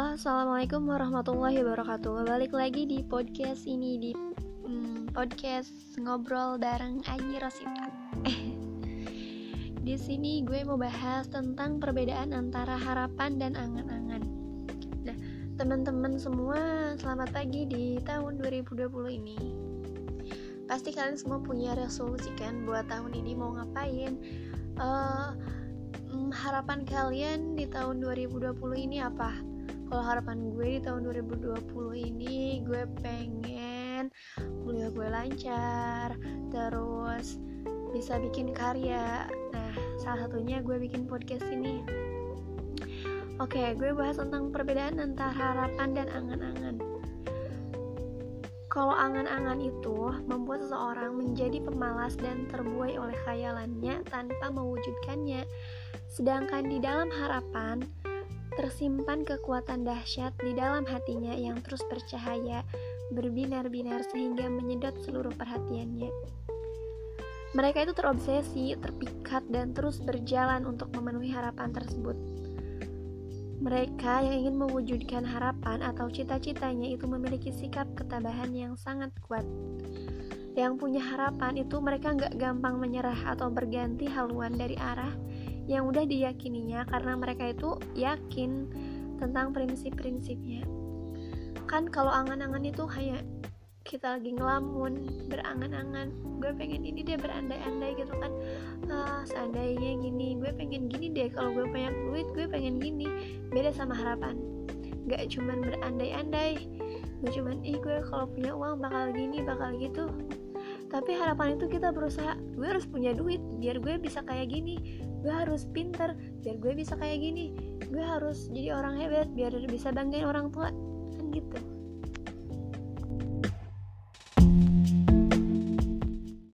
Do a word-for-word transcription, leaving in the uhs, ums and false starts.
Halo, assalamualaikum warahmatullahi wabarakatuh. Balik lagi di podcast ini di hmm, podcast ngobrol bareng Aji Rosita. Di sini gue mau bahas tentang perbedaan antara harapan dan angan-angan. Nah, teman-teman semua, selamat pagi di tahun dua ribu dua puluh ini. Pasti kalian semua punya resolusi kan buat tahun ini mau ngapain? Uh, hmm, harapan kalian di tahun dua ribu dua puluh ini apa? Kalau harapan gue di tahun dua ribu dua puluh ini, gue pengen kuliah gue lancar, terus bisa bikin karya. Nah, salah satunya gue bikin podcast ini. Oke, gue bahas tentang perbedaan antara harapan dan angan-angan. Kalau angan-angan itu membuat seseorang menjadi pemalas dan terbuai oleh khayalannya tanpa mewujudkannya. Sedangkan di dalam harapan tersimpan kekuatan dahsyat di dalam hatinya yang terus bercahaya, berbinar-binar sehingga menyedot seluruh perhatiannya. Mereka itu terobsesi, terpikat, dan terus berjalan untuk memenuhi harapan tersebut. Mereka yang ingin mewujudkan harapan atau cita-citanya itu memiliki sikap ketabahan yang sangat kuat. Yang punya harapan itu mereka gak gampang menyerah atau berganti haluan dari arah yang udah diyakininya karena mereka itu yakin tentang prinsip-prinsipnya. Kan kalau angan-angan itu kayak kita lagi ngelamun, berangan-angan, gue pengen ini deh, berandai-andai gitu kan, ah, seandainya gini, gue pengen gini deh, kalau gue banyak duit, gue pengen gini. Beda sama harapan, gak cuman berandai-andai, gak cuman, ih gue kalau punya uang bakal gini, bakal gitu. Tapi harapan itu kita berusaha, gue harus punya duit biar gue bisa kayak gini, gue harus pinter biar gue bisa kayak gini, gue harus jadi orang hebat biar bisa banggain orang tua, kan gitu.